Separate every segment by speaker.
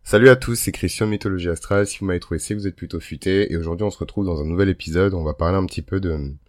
Speaker 1: Salut à tous, c'est Christian de Mythologie Astrale. Si vous m'avez trouvé, c'est que vous êtes plutôt futé. Et aujourd'hui, on se retrouve dans un nouvel épisode. On va parler un petit peu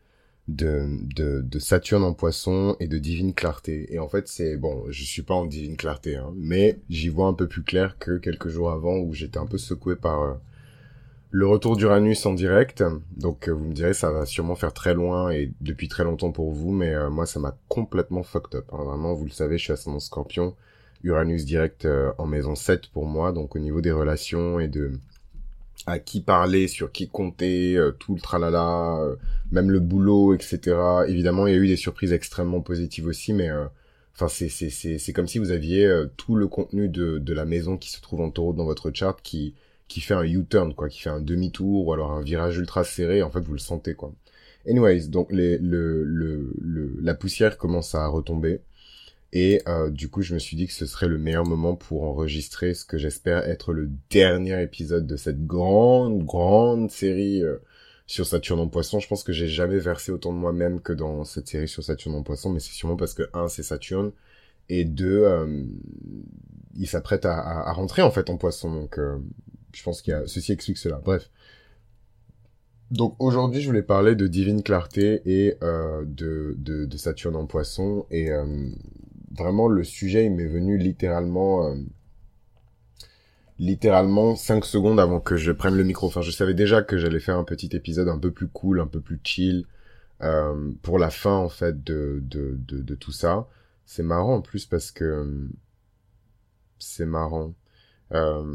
Speaker 1: de Saturne en Poisson et de Divine Clarté. Et en fait, je suis pas en Divine Clarté, hein, mais j'y vois un peu plus clair que quelques jours avant où j'étais un peu secoué par le retour d'Uranus en direct. Donc, vous me direz, ça va sûrement faire très loin et depuis très longtemps pour vous, mais moi, ça m'a complètement fucked up, hein. Vraiment, vous le savez, je suis ascendant Scorpion. Uranus direct en maison 7 pour moi, donc au niveau des relations et de à qui parler, sur qui compter, tout le tralala, même le boulot, etc. Évidemment, il y a eu des surprises extrêmement positives aussi, mais enfin c'est comme si vous aviez tout le contenu de la maison qui se trouve en taureau dans votre chart qui fait un U-turn, quoi, qui fait un demi-tour ou alors un virage ultra serré, en fait vous le sentez, quoi. Anyways, donc la poussière commence à retomber. Et du coup, je me suis dit que ce serait le meilleur moment pour enregistrer ce que j'espère être le dernier épisode de cette grande série sur Saturne en Poisson. Je pense que j'ai jamais versé autant de moi-même que dans cette série sur Saturne en Poisson, mais c'est sûrement parce que, un, c'est Saturne, et deux, il s'apprête à rentrer en fait en Poisson. Donc, je pense qu'il y a ceci explique cela. Bref. Donc aujourd'hui, je voulais parler de Divine Clarté et de Saturne en Poisson et vraiment le sujet il m'est venu littéralement 5 secondes avant que je prenne le micro. Enfin, je savais déjà que j'allais faire un petit épisode un peu plus cool, un peu plus chill pour la fin en fait de tout ça. C'est marrant en plus parce que c'est marrant. Euh,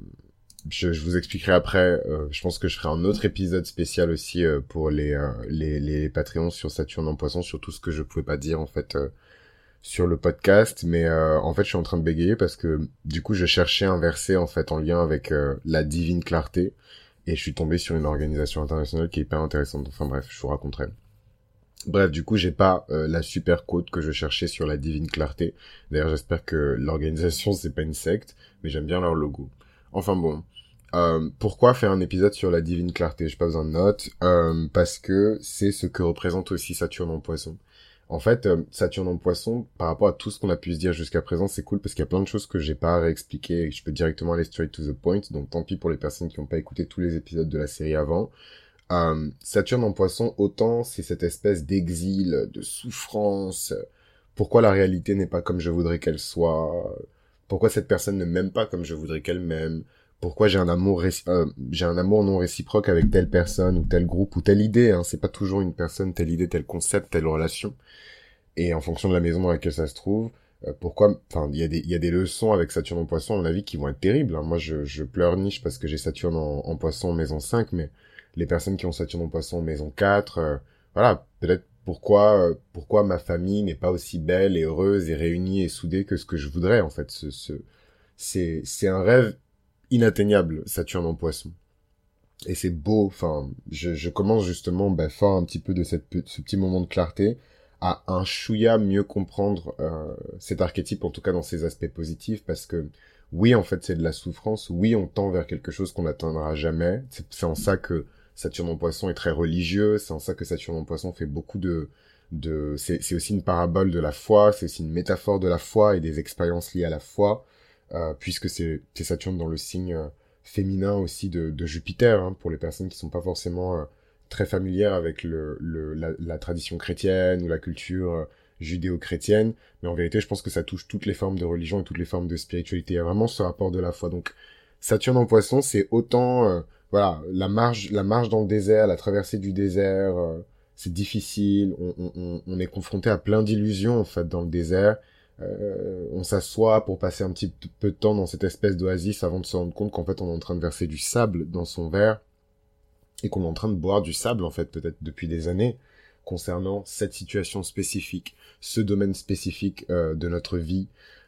Speaker 1: je vous expliquerai après. Je pense que je ferai un autre épisode spécial aussi pour les Patreons sur Saturne en Poisson, sur tout ce que je pouvais pas dire en fait sur le podcast. Mais en fait, je suis en train de bégayer parce que du coup, je cherchais un verset en fait en lien avec la divine clarté et je suis tombé sur une organisation internationale qui est hyper intéressante. Enfin bref, je vous raconterai. Bref, du coup, j'ai pas la super quote que je cherchais sur la divine clarté. D'ailleurs, j'espère que l'organisation c'est pas une secte, mais j'aime bien leur logo. Enfin bon, pourquoi faire un épisode sur la divine clarté? J'ai pas besoin de notes, parce que c'est ce que représente aussi Saturne en Poisson. En fait, Saturne en Poisson, par rapport à tout ce qu'on a pu se dire jusqu'à présent, c'est cool parce qu'il y a plein de choses que j'ai pas à réexpliquer et que je peux directement aller straight to the point. Donc tant pis pour les personnes qui n'ont pas écouté tous les épisodes de la série avant. Saturne en Poisson, autant c'est cette espèce d'exil, de souffrance. Pourquoi la réalité n'est pas comme je voudrais qu'elle soit? Pourquoi cette personne ne m'aime pas comme je voudrais qu'elle m'aime? Pourquoi j'ai un amour non réciproque avec telle personne ou tel groupe ou telle idée, hein. C'est pas toujours une personne, telle idée, tel concept, telle relation. Et en fonction de la maison dans laquelle ça se trouve, enfin, il y a des leçons avec Saturne en Poisson, à mon avis, qui vont être terribles, hein. Moi, je pleurniche parce que j'ai Saturne en Poisson en maison 5, mais les personnes qui ont Saturne en Poisson en maison 4, voilà, peut-être pourquoi ma famille n'est pas aussi belle et heureuse et réunie et soudée que ce que je voudrais, en fait. C'est un rêve inatteignable, Saturne en Poisson. Et c'est beau, enfin, je commence justement, fort un petit peu de ce petit moment de clarté, à un chouïa mieux comprendre cet archétype, en tout cas dans ses aspects positifs, parce que oui, en fait, c'est de la souffrance, oui, on tend vers quelque chose qu'on n'atteindra jamais, c'est en ça que Saturne en Poisson est très religieux, c'est en ça que Saturne en Poisson fait beaucoup c'est aussi une parabole de la foi, c'est aussi une métaphore de la foi et des expériences liées à la foi, puisque c'est Saturne dans le signe féminin aussi de Jupiter, hein, pour les personnes qui sont pas forcément très familières avec la tradition chrétienne ou la culture judéo-chrétienne, mais en vérité, je pense que ça touche toutes les formes de religion et toutes les formes de spiritualité. Il y a vraiment ce rapport de la foi. Donc, Saturne en Poisson, c'est autant, voilà, la marche dans le désert, la traversée du désert, c'est difficile. On est confronté à plein d'illusions en fait dans le désert. On s'assoit pour passer un petit peu de temps dans cette espèce d'oasis avant de se rendre compte qu'en fait on est en train de verser du sable dans son verre et qu'on est en train de boire du sable en fait peut-être depuis des années concernant cette situation spécifique, ce domaine spécifique de notre vie.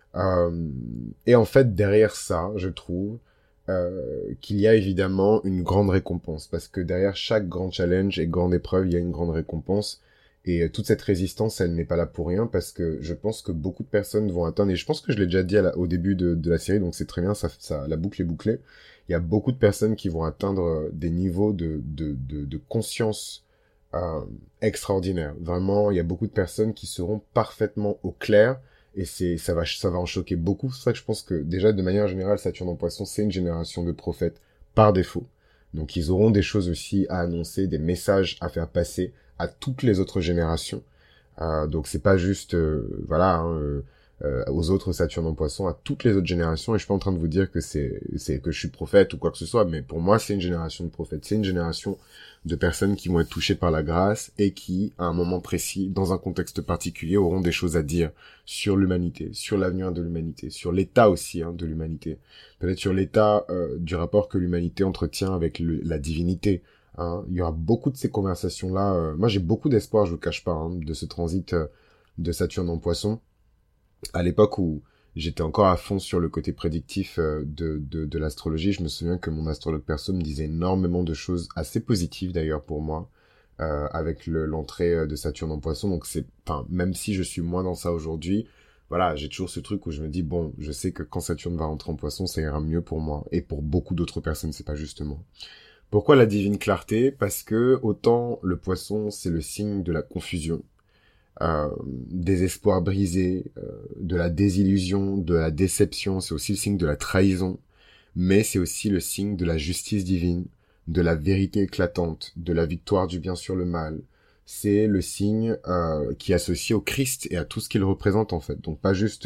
Speaker 1: Et en fait derrière ça, je trouve qu'il y a évidemment une grande récompense parce que derrière chaque grand challenge et grande épreuve, il y a une grande récompense. Et toute cette résistance, elle n'est pas là pour rien parce que je pense que beaucoup de personnes vont atteindre, et je pense que je l'ai déjà dit au début de la série, donc c'est très bien, la boucle est bouclée. Il y a beaucoup de personnes qui vont atteindre des niveaux de conscience extraordinaires. Vraiment, il y a beaucoup de personnes qui seront parfaitement au clair Et ça va en choquer beaucoup. C'est pour ça que je pense que déjà, de manière générale, Saturne en Poisson, c'est une génération de prophètes par défaut. Donc ils auront des choses aussi à annoncer, des messages à faire passer à toutes les autres générations. Donc c'est pas juste, voilà, hein, aux autres Saturne en Poisson, à toutes les autres générations. Et je suis pas en train de vous dire que c'est que je suis prophète ou quoi que ce soit, mais pour moi c'est une génération de prophètes. C'est une génération de personnes qui vont être touchées par la grâce et qui, à un moment précis, dans un contexte particulier, auront des choses à dire sur l'humanité, sur l'avenir de l'humanité, sur l'état aussi de l'humanité, peut-être sur l'état du rapport que l'humanité entretient avec la divinité. Hein. Il y aura beaucoup de ces conversations-là. Moi, j'ai beaucoup d'espoir, je vous cache pas, de ce transit de Saturne en Poisson. À l'époque où j'étais encore à fond sur le côté prédictif de l'astrologie, je me souviens que mon astrologue perso me disait énormément de choses assez positives d'ailleurs pour moi, avec l'entrée de Saturne en Poisson. Donc même si je suis moins dans ça aujourd'hui, voilà, j'ai toujours ce truc où je me dis, bon, je sais que quand Saturne va rentrer en Poisson, ça ira mieux pour moi. Et pour beaucoup d'autres personnes, c'est pas justement. Pourquoi la divine clarté? Parce que autant le Poisson, c'est le signe de la confusion, des espoirs brisés, de la désillusion, de la déception, c'est aussi le signe de la trahison, mais c'est aussi le signe de la justice divine, de la vérité éclatante, de la victoire du bien sur le mal. C'est le signe qui est associé au Christ et à tout ce qu'il représente en fait. Donc pas juste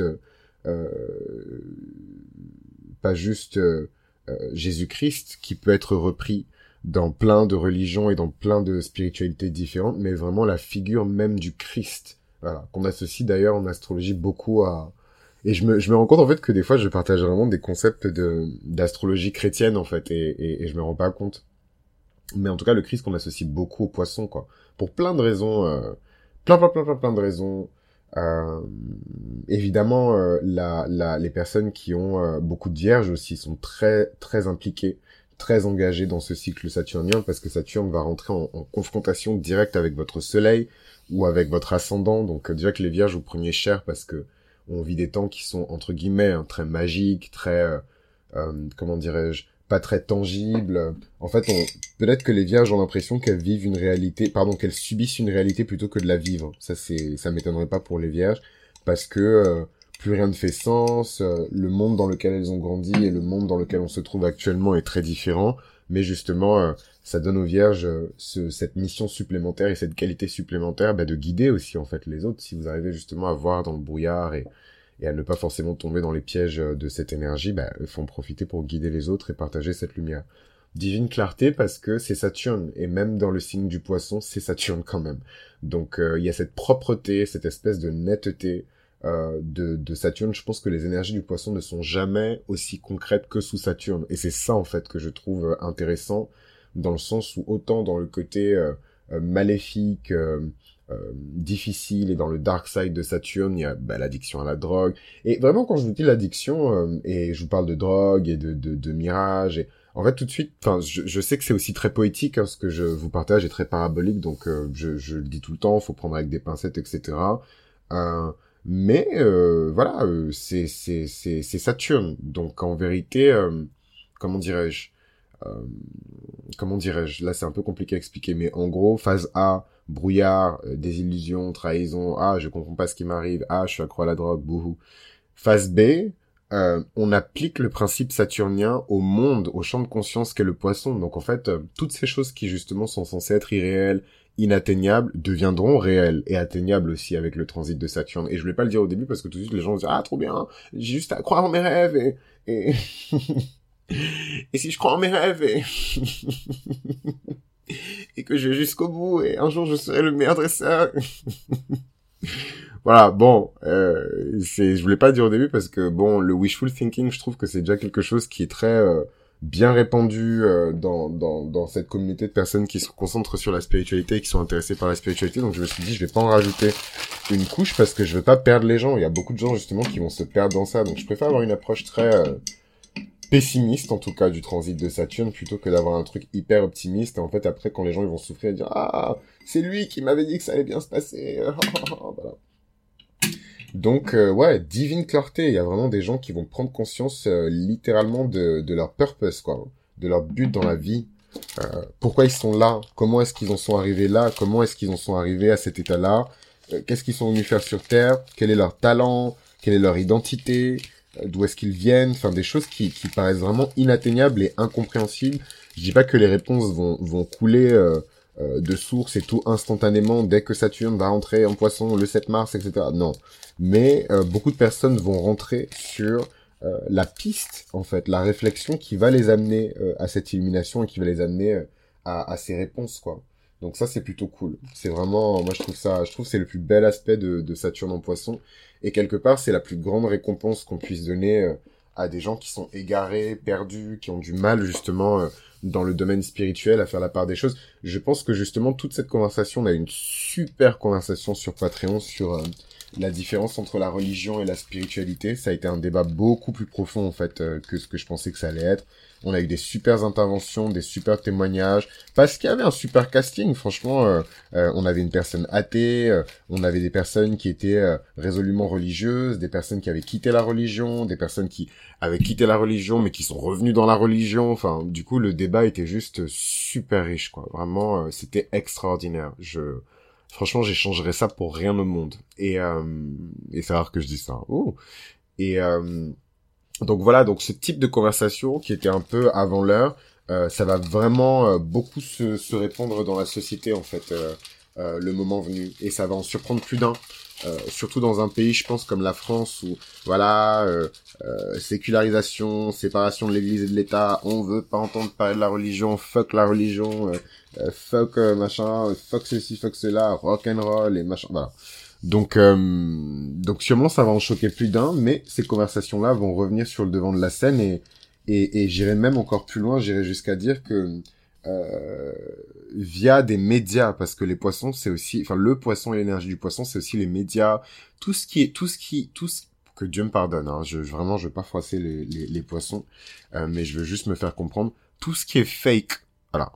Speaker 1: Jésus-Christ qui peut être repris dans plein de religions et dans plein de spiritualités différentes, mais vraiment la figure même du Christ, voilà, qu'on associe d'ailleurs en astrologie beaucoup à... Et je me rends compte en fait que des fois je partage vraiment des concepts d'astrologie chrétienne en fait, et je me rends pas compte. Mais en tout cas le Christ qu'on associe beaucoup au poisson, quoi, pour plein de raisons, plein de raisons. Évidemment, les personnes qui ont beaucoup de vierges aussi sont très très impliquées, très engagées dans ce cycle saturnien, parce que Saturne va rentrer en confrontation directe avec votre soleil ou avec votre ascendant. Donc déjà que les vierges vous preniez cher parce que on vit des temps qui sont entre guillemets très magiques, très comment dirais-je, pas très tangibles. En fait, peut-être que les vierges ont l'impression qu'elles vivent une réalité, qu'elles subissent une réalité plutôt que de la vivre. Ça m'étonnerait pas pour les vierges, parce que plus rien ne fait sens, le monde dans lequel elles ont grandi et le monde dans lequel on se trouve actuellement est très différent, mais justement, ça donne aux vierges cette mission supplémentaire et cette qualité supplémentaire de guider aussi en fait les autres, si vous arrivez justement à voir dans le brouillard et à ne pas forcément tomber dans les pièges de cette énergie, il faut en profiter pour guider les autres et partager cette lumière. Divine clarté parce que c'est Saturne, et même dans le signe du Poisson, c'est Saturne quand même. Donc il y a cette propreté, cette espèce de netteté de Saturne. Je pense que les énergies du Poisson ne sont jamais aussi concrètes que sous Saturne, et c'est ça en fait que je trouve intéressant, dans le sens où autant dans le côté maléfique, difficile, et dans le dark side de Saturne, il y a l'addiction à la drogue. Et vraiment, quand je vous dis l'addiction, et je vous parle de drogue et de mirage, et en fait tout de suite, je sais que c'est aussi très poétique, ce que je vous partage est très parabolique, donc je le dis tout le temps, faut prendre avec des pincettes, etc. Mais voilà, c'est Saturne, donc en vérité, comment dirais-je, là c'est un peu compliqué à expliquer, mais en gros, phase A, brouillard, désillusion, trahison, je comprends pas ce qui m'arrive, je suis accro à la drogue, bouhou. Phase B, on applique le principe saturnien au monde, au champ de conscience qu'est le Poisson. Donc en fait, toutes ces choses qui justement sont censées être irréelles, inatteignables, deviendront réelles et atteignables aussi avec le transit de Saturne. Et je voulais pas le dire au début parce que tout de suite les gens vont dire trop bien, j'ai juste à croire en mes rêves et... et si je crois en mes rêves et que je vais jusqu'au bout et un jour je serai le meilleur dresseur. Voilà, bon, je voulais pas le dire au début parce que bon, le wishful thinking, je trouve que c'est déjà quelque chose qui est très bien répandu dans cette communauté de personnes qui se concentrent sur la spiritualité et qui sont intéressées par la spiritualité. Donc je me suis dit, je vais pas en rajouter une couche parce que je veux pas perdre les gens. Il y a beaucoup de gens justement qui vont se perdre dans ça. Donc je préfère avoir une approche très pessimiste en tout cas du transit de Saturne plutôt que d'avoir un truc hyper optimiste. Et en fait après quand les gens ils vont souffrir et dire c'est lui qui m'avait dit que ça allait bien se passer. Voilà. Donc ouais, divine clarté, il y a vraiment des gens qui vont prendre conscience littéralement de leur purpose, quoi, de leur but dans la vie. Pourquoi ils sont là, comment est-ce qu'ils en sont arrivés là, comment est-ce qu'ils en sont arrivés à cet état-là, qu'est-ce qu'ils sont venus faire sur Terre, quel est leur talent, quelle est leur identité, d'où est-ce qu'ils viennent, enfin des choses qui paraissent vraiment inatteignables et incompréhensibles. Je dis pas que les réponses vont couler de source et tout instantanément dès que Saturne va rentrer en Poisson le 7 mars, etc. Non. Mais beaucoup de personnes vont rentrer sur la piste, en fait, la réflexion qui va les amener à cette illumination et qui va les amener à ces réponses, quoi. Donc ça, c'est plutôt cool. C'est vraiment, moi, je trouve que c'est le plus bel aspect de Saturne en Poisson. Et quelque part, c'est la plus grande récompense qu'on puisse donner à des gens qui sont égarés, perdus, qui ont du mal, justement, dans le domaine spirituel à faire la part des choses. Je pense que, justement, toute cette conversation, on a eu une super conversation sur Patreon sur la différence entre la religion et la spiritualité. Ça a été un débat beaucoup plus profond, en fait, que ce que je pensais que ça allait être. On a eu des super interventions, des super témoignages, parce qu'il y avait un super casting, franchement. On avait une personne athée, on avait des personnes qui étaient résolument religieuses, des personnes qui avaient quitté la religion, des personnes qui avaient quitté la religion, mais qui sont revenues dans la religion. Enfin, du coup, le débat était juste super riche, quoi. Vraiment, c'était extraordinaire. Franchement, j'échangerais ça pour rien au monde. Et c'est rare que je dise ça. Oh. Et donc voilà, donc ce type de conversation qui était un peu avant l'heure, ça va vraiment beaucoup se répandre dans la société, en fait, le moment venu. Et ça va en surprendre plus d'un. Surtout dans un pays, je pense, comme la France, où, voilà, sécularisation, séparation de l'Église et de l'État, on veut pas entendre parler de la religion, fuck la religion, fuck machin, fuck ceci, fuck cela, rock and roll et machin, voilà. Donc sûrement ça va en choquer plus d'un, mais ces conversations-là vont revenir sur le devant de la scène et j'irai même encore plus loin, j'irai jusqu'à dire que via des médias, parce que les poissons c'est aussi, enfin le poisson et l'énergie du poisson c'est aussi les médias, tout ce que Dieu me pardonne, hein, vraiment je veux pas froisser les poissons, mais je veux juste me faire comprendre tout ce qui est fake, voilà,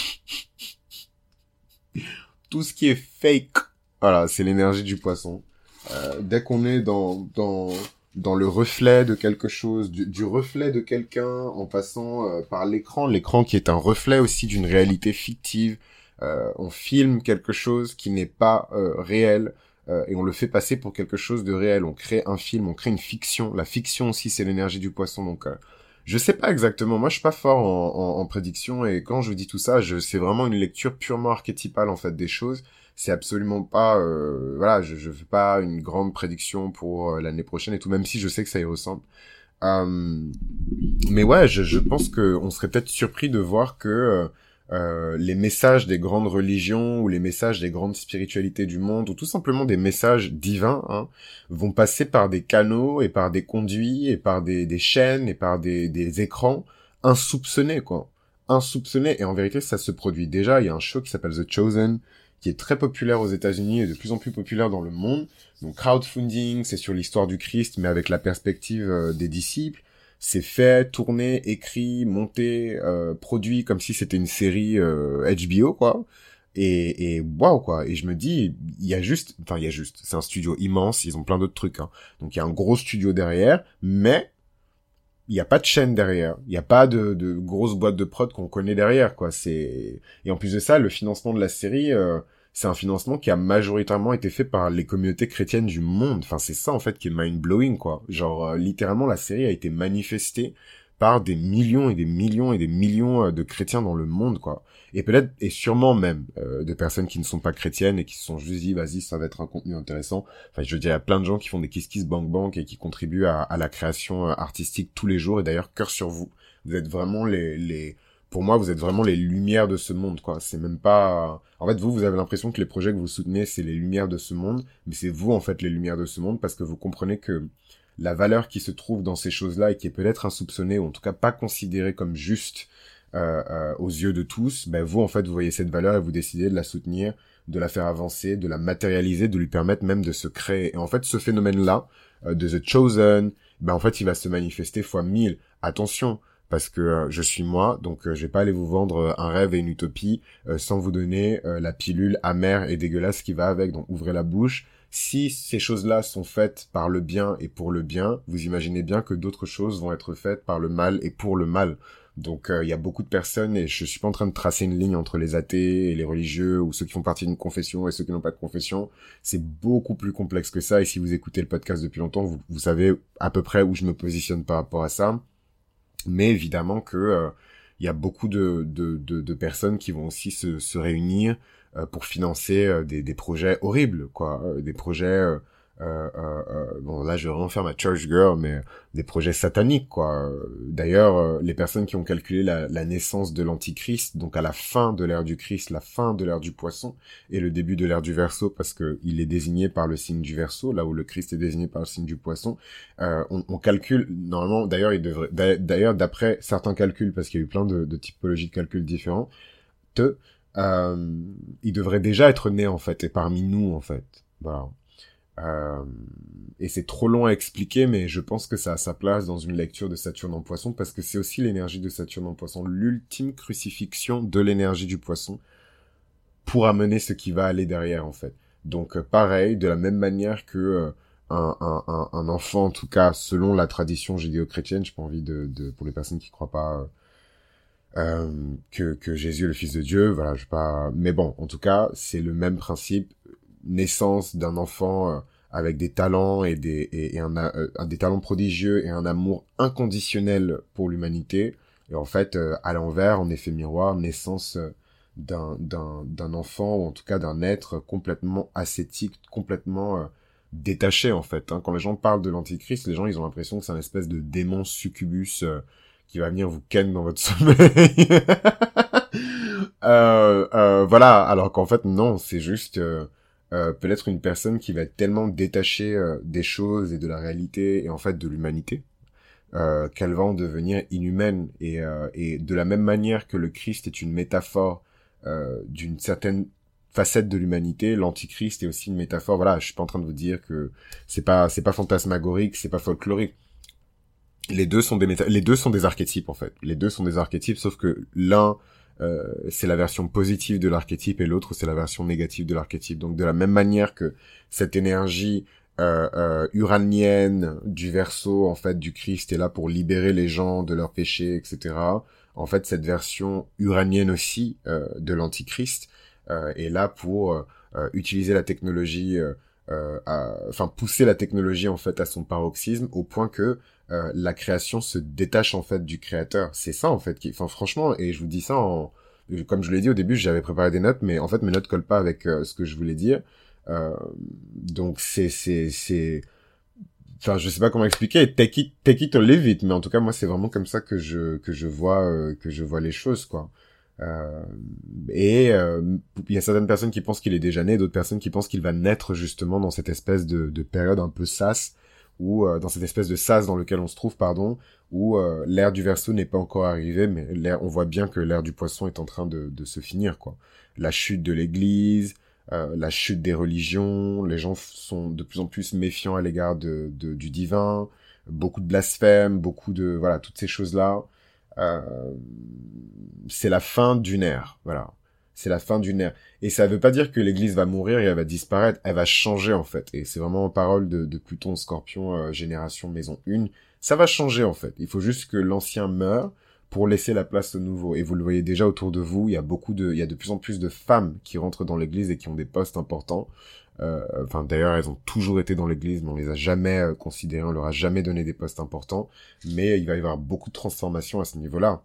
Speaker 1: tout ce qui est fake. Voilà, c'est l'énergie du poisson. Dès qu'on est dans le reflet de quelque chose, du reflet de quelqu'un, en passant par l'écran qui est un reflet aussi d'une réalité fictive, on filme quelque chose qui n'est pas réel, et on le fait passer pour quelque chose de réel. On crée un film, on crée une fiction. La fiction aussi, c'est l'énergie du poisson. Donc, je sais pas exactement. Moi, je suis pas fort en prédiction, et quand je vous dis tout ça, c'est vraiment une lecture purement archétypale, en fait, des choses. C'est absolument pas, voilà, je fais pas une grande prédiction pour l'année prochaine et tout, même si je sais que ça y ressemble. Mais ouais, je pense que on serait peut-être surpris de voir que les messages des grandes religions ou les messages des grandes spiritualités du monde ou tout simplement des messages divins, hein, vont passer par des canaux et par des conduits et par des chaînes et par des écrans insoupçonnés, quoi. Insoupçonnés. Et en vérité, ça se produit déjà. Il y a un show qui s'appelle The Chosen, qui est très populaire aux États-Unis et de plus en plus populaire dans le monde. Donc crowdfunding, c'est sur l'histoire du Christ, mais avec la perspective des disciples. C'est fait, tourné, écrit, monté, produit comme si c'était une série HBO, quoi. Et waouh, quoi. Et je me dis, c'est un studio immense, ils ont plein d'autres trucs, hein. Donc il y a un gros studio derrière, mais il n'y a pas de chaîne derrière, il n'y a pas de grosses boîtes de prod qu'on connaît derrière, quoi. Et en plus de ça, le financement de la série, c'est un financement qui a majoritairement été fait par les communautés chrétiennes du monde. Enfin, c'est ça en fait qui est mind-blowing, quoi. Genre littéralement la série a été manifestée par des millions et des millions et des millions de chrétiens dans le monde, quoi. Et peut-être, et sûrement même, de personnes qui ne sont pas chrétiennes et qui se sont juste dit, vas-y, ça va être un contenu intéressant. Enfin, je veux dire, il y a plein de gens qui font des kiss kiss bang bang et qui contribuent à la création artistique tous les jours. Et d'ailleurs, cœur sur vous. Vous êtes vraiment pour moi, vous êtes vraiment les lumières de ce monde, quoi. C'est même pas, en fait, vous avez l'impression que les projets que vous soutenez, c'est les lumières de ce monde. Mais c'est vous, en fait, les lumières de ce monde parce que vous comprenez que la valeur qui se trouve dans ces choses-là et qui est peut-être insoupçonnée ou en tout cas pas considérée comme juste aux yeux de tous, ben vous en fait vous voyez cette valeur et vous décidez de la soutenir, de la faire avancer, de la matérialiser, de lui permettre même de se créer. Et en fait ce phénomène-là de The Chosen, ben en fait il va se manifester fois 1000. Attention, parce que je suis moi, donc je vais pas aller vous vendre un rêve et une utopie sans vous donner la pilule amère et dégueulasse qui va avec. Donc ouvrez la bouche. Si ces choses-là sont faites par le bien et pour le bien, vous imaginez bien que d'autres choses vont être faites par le mal et pour le mal. Donc il y a beaucoup de personnes, et je suis pas en train de tracer une ligne entre les athées et les religieux, ou ceux qui font partie d'une confession et ceux qui n'ont pas de confession. C'est beaucoup plus complexe que ça, et si vous écoutez le podcast depuis longtemps, vous savez à peu près où je me positionne par rapport à ça. Mais évidemment que il y a beaucoup de personnes qui vont aussi se réunir pour financer des projets horribles, quoi, des projets bon là je vais vraiment faire ma church girl, mais des projets sataniques, quoi. D'ailleurs les personnes qui ont calculé la naissance de l'antichrist, donc à la fin de l'ère du Christ, la fin de l'ère du poisson et le début de l'ère du Verseau, parce que il est désigné par le signe du Verseau, là où le Christ est désigné par le signe du poisson. On calcule normalement, d'ailleurs il devrait, d'ailleurs d'après certains calculs, parce qu'il y a eu plein de typologies de calculs différents, il devrait déjà être né en fait, et parmi nous en fait, voilà. Et c'est trop long à expliquer, mais je pense que ça a sa place dans une lecture de Saturne en Poisson, parce que c'est aussi l'énergie de Saturne en Poisson, l'ultime crucifixion de l'énergie du Poisson pour amener ce qui va aller derrière, en fait. Donc pareil, de la même manière que un enfant, en tout cas selon la tradition judéo-chrétienne, j'ai pas envie pour les personnes qui croient pas que Jésus est le Fils de Dieu, voilà, je sais pas, mais bon, en tout cas, c'est le même principe. Naissance d'un enfant avec des talents et des talents prodigieux et un amour inconditionnel pour l'humanité, et en fait à l'envers, en effet miroir, naissance d'un enfant, ou en tout cas d'un être complètement ascétique, complètement détaché, en fait, hein. Quand les gens parlent de l'antichrist, les gens ils ont l'impression que c'est un espèce de démon succubus qui va venir vous ken dans votre sommeil. Voilà, alors qu'en fait non, c'est juste peut-être une personne qui va être tellement détachée des choses et de la réalité et en fait de l'humanité qu'elle va en devenir inhumaine, et de la même manière que le Christ est une métaphore d'une certaine facette de l'humanité, l'antichrist est aussi une métaphore. Voilà, je suis pas en train de vous dire que c'est pas fantasmagorique, c'est pas folklorique. Les deux sont les deux sont des archétypes en fait. Les deux sont des archétypes, sauf que l'un c'est la version positive de l'archétype et l'autre c'est la version négative de l'archétype. Donc de la même manière que cette énergie uranienne du Verseau, en fait, du Christ est là pour libérer les gens de leurs péchés, etc. En fait, cette version uranienne aussi de l'Antichrist est là pour utiliser la technologie, enfin pousser la technologie en fait à son paroxysme, au point que la création se détache en fait du créateur. C'est ça en fait enfin franchement, et je vous dis ça comme je l'ai dit au début, j'avais préparé des notes, mais en fait mes notes collent pas avec ce que je voulais dire. Donc enfin je sais pas comment expliquer, take it or leave it, mais en tout cas moi c'est vraiment comme ça que je vois les choses, quoi. Et il y a certaines personnes qui pensent qu'il est déjà né, d'autres personnes qui pensent qu'il va naître justement dans cette espèce de période un peu sas, ou dans cette espèce de sas dans lequel on se trouve, pardon, où l'ère du Verseau n'est pas encore arrivée, mais on voit bien que l'ère du Poisson est en train de se finir, quoi. La chute de l'Église, la chute des religions, les gens sont de plus en plus méfiants à l'égard du divin, beaucoup de blasphèmes, voilà, toutes ces choses-là. C'est la fin d'une ère, voilà. C'est la fin d'une ère. Et ça veut pas dire que l'Église va mourir et elle va disparaître, elle va changer en fait. Et c'est vraiment en parole de Pluton Scorpion, génération maison 1. Ça va changer en fait. Il faut juste que l'ancien meure pour laisser la place au nouveau. Et vous le voyez déjà autour de vous, il y a de plus en plus de femmes qui rentrent dans l'Église et qui ont des postes importants. Enfin d'ailleurs elles ont toujours été dans l'Église, mais on les a jamais considérées, on leur a jamais donné des postes importants. Mais il va y avoir beaucoup de transformations à ce niveau-là.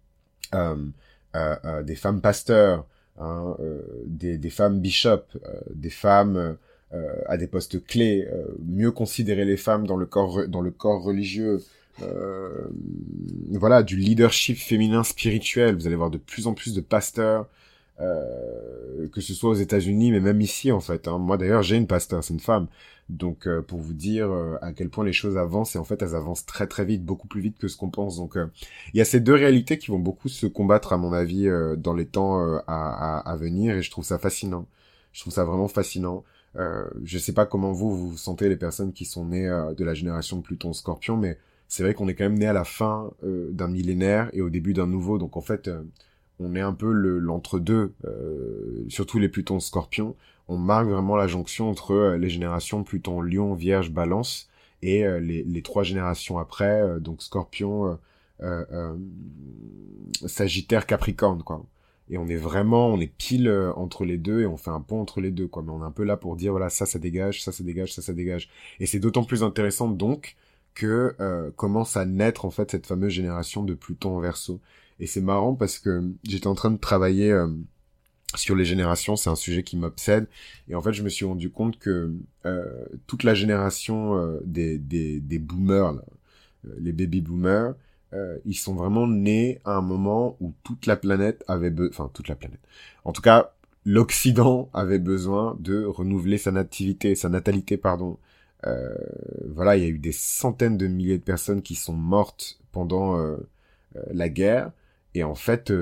Speaker 1: Des femmes pasteurs, hein, des femmes bishops, des femmes à des postes clés, mieux considérer les femmes dans le corps religieux, voilà, du leadership féminin spirituel. Vous allez voir de plus en plus de pasteurs, que ce soit aux États-Unis, mais même ici en fait, hein. Moi d'ailleurs j'ai une pasteur, c'est une femme. Donc pour vous dire à quel point les choses avancent, et en fait elles avancent très très vite, beaucoup plus vite que ce qu'on pense. Donc il y a ces deux réalités qui vont beaucoup se combattre à mon avis dans les temps à venir, et je trouve ça fascinant. Je trouve ça vraiment fascinant. Je sais pas comment vous sentez, les personnes qui sont nées de la génération de Pluton Scorpion, mais c'est vrai qu'on est quand même né à la fin d'un millénaire et au début d'un nouveau. Donc en fait on est un peu l'entre-deux, surtout les Plutons Scorpions. On marque vraiment la jonction entre les générations Pluton, Lion, Vierge, Balance, et les trois générations après, donc Scorpion, euh, euh, Sagittaire Capricorne, quoi. Et on est pile entre les deux et on fait un pont entre les deux, quoi. Mais on est un peu là pour dire, voilà, ça dégage, ça dégage, ça dégage. Et c'est d'autant plus intéressant, donc, que commence à naître, en fait, cette fameuse génération de Pluton en Verseau. Et c'est marrant parce que j'étais en train de travailler sur les générations, c'est un sujet qui m'obsède. Et en fait, je me suis rendu compte que toute la génération des boomers, là, les baby boomers, ils sont vraiment nés à un moment où toute la planète avait enfin toute la planète. En tout cas, l'Occident avait besoin de renouveler sa natalité, pardon. Voilà, il y a eu des centaines de milliers de personnes qui sont mortes pendant la guerre. Et en fait,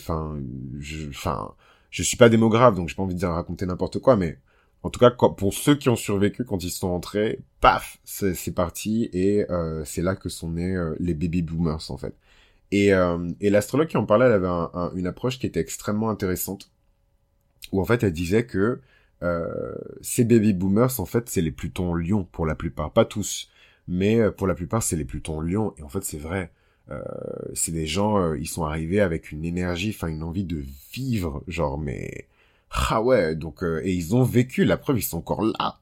Speaker 1: je suis pas démographe, donc j'ai pas envie de dire raconter n'importe quoi, mais en tout cas, pour ceux qui ont survécu quand ils sont entrés, paf, c'est parti, et c'est là que sont nés les baby boomers, en fait. Et l'astrologue qui en parlait, elle avait une approche qui était extrêmement intéressante, où en fait, elle disait que ces baby boomers, en fait, c'est les Plutons Lion, pour la plupart, pas tous, mais pour la plupart, c'est les Plutons Lion, et en fait, c'est vrai. C'est des gens, ils sont arrivés avec une énergie, enfin une envie de vivre, genre, mais ah ouais, donc et ils ont vécu, la preuve, ils sont encore là.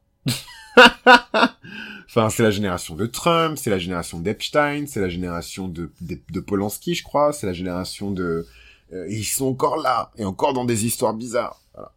Speaker 1: Enfin, c'est la génération de Trump, c'est la génération d'Epstein, c'est la génération de Polanski, je crois, c'est la génération de ils sont encore là et encore dans des histoires bizarres. Voilà.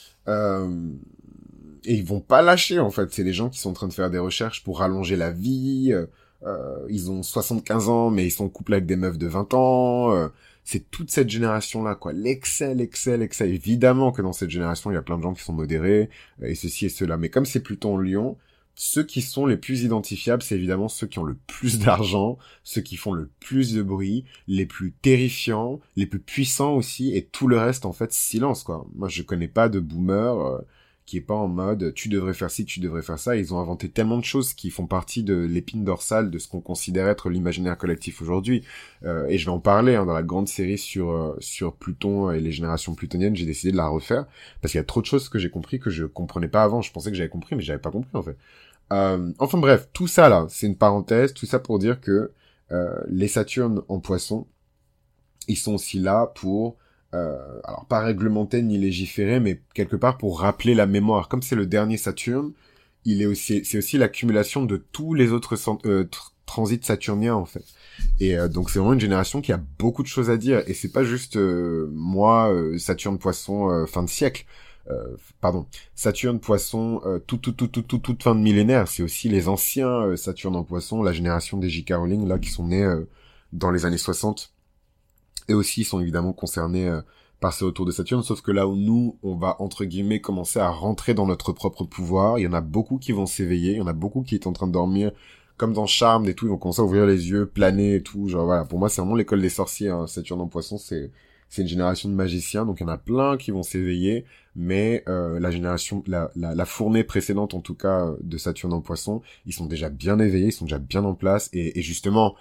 Speaker 1: Et ils vont pas lâcher, en fait. C'est les gens qui sont en train de faire des recherches pour rallonger la vie. Ils ont 75 ans, mais ils sont en couple avec des meufs de 20 ans. C'est toute cette génération-là, quoi. L'excel. Évidemment que dans cette génération, il y a plein de gens qui sont modérés, et ceci et cela. Mais comme c'est Pluton en Lion, ceux qui sont les plus identifiables, c'est évidemment ceux qui ont le plus d'argent, ceux qui font le plus de bruit, les plus terrifiants, les plus puissants aussi, et tout le reste, en fait, silence, quoi. Moi, je connais pas de boomer qui est pas en mode tu devrais faire ci, tu devrais faire ça. Ils ont inventé tellement de choses qui font partie de l'épine dorsale de ce qu'on considère être l'imaginaire collectif aujourd'hui. Et je vais en parler dans la grande série sur Pluton et les générations plutoniennes. J'ai décidé de la refaire parce qu'il y a trop de choses que j'ai compris que je comprenais pas avant. Je pensais que j'avais compris, mais j'avais pas compris en fait. Enfin bref, tout ça là, c'est une parenthèse. Tout ça pour dire que les Saturnes en Poisson, ils sont aussi là pour alors pas réglementer ni légiférer, mais quelque part pour rappeler la mémoire. Comme c'est le dernier Saturne, c'est aussi l'accumulation de tous les autres transits saturniens en fait. Et donc c'est vraiment une génération qui a beaucoup de choses à dire. Et c'est pas juste moi, Saturne Poisson fin de siècle. Pardon, Saturne Poisson toute fin de millénaire. C'est aussi les anciens Saturne en Poisson, la génération des J.K. Rowling là qui sont nés dans les années 60. Et aussi, ils sont évidemment concernés par ce retour de Saturne, sauf que là où nous, on va, entre guillemets, commencer à rentrer dans notre propre pouvoir, il y en a beaucoup qui vont s'éveiller, il y en a beaucoup qui est en train de dormir, comme dans Charmed et tout, ils vont commencer à ouvrir les yeux, planer et tout, genre voilà, pour moi, c'est vraiment l'école des sorciers, hein. Saturne en Poisson, c'est une génération de magiciens, donc il y en a plein qui vont s'éveiller, mais la génération, la fournée précédente, en tout cas, de Saturne en Poisson, ils sont déjà bien éveillés, ils sont déjà bien en place, et justement,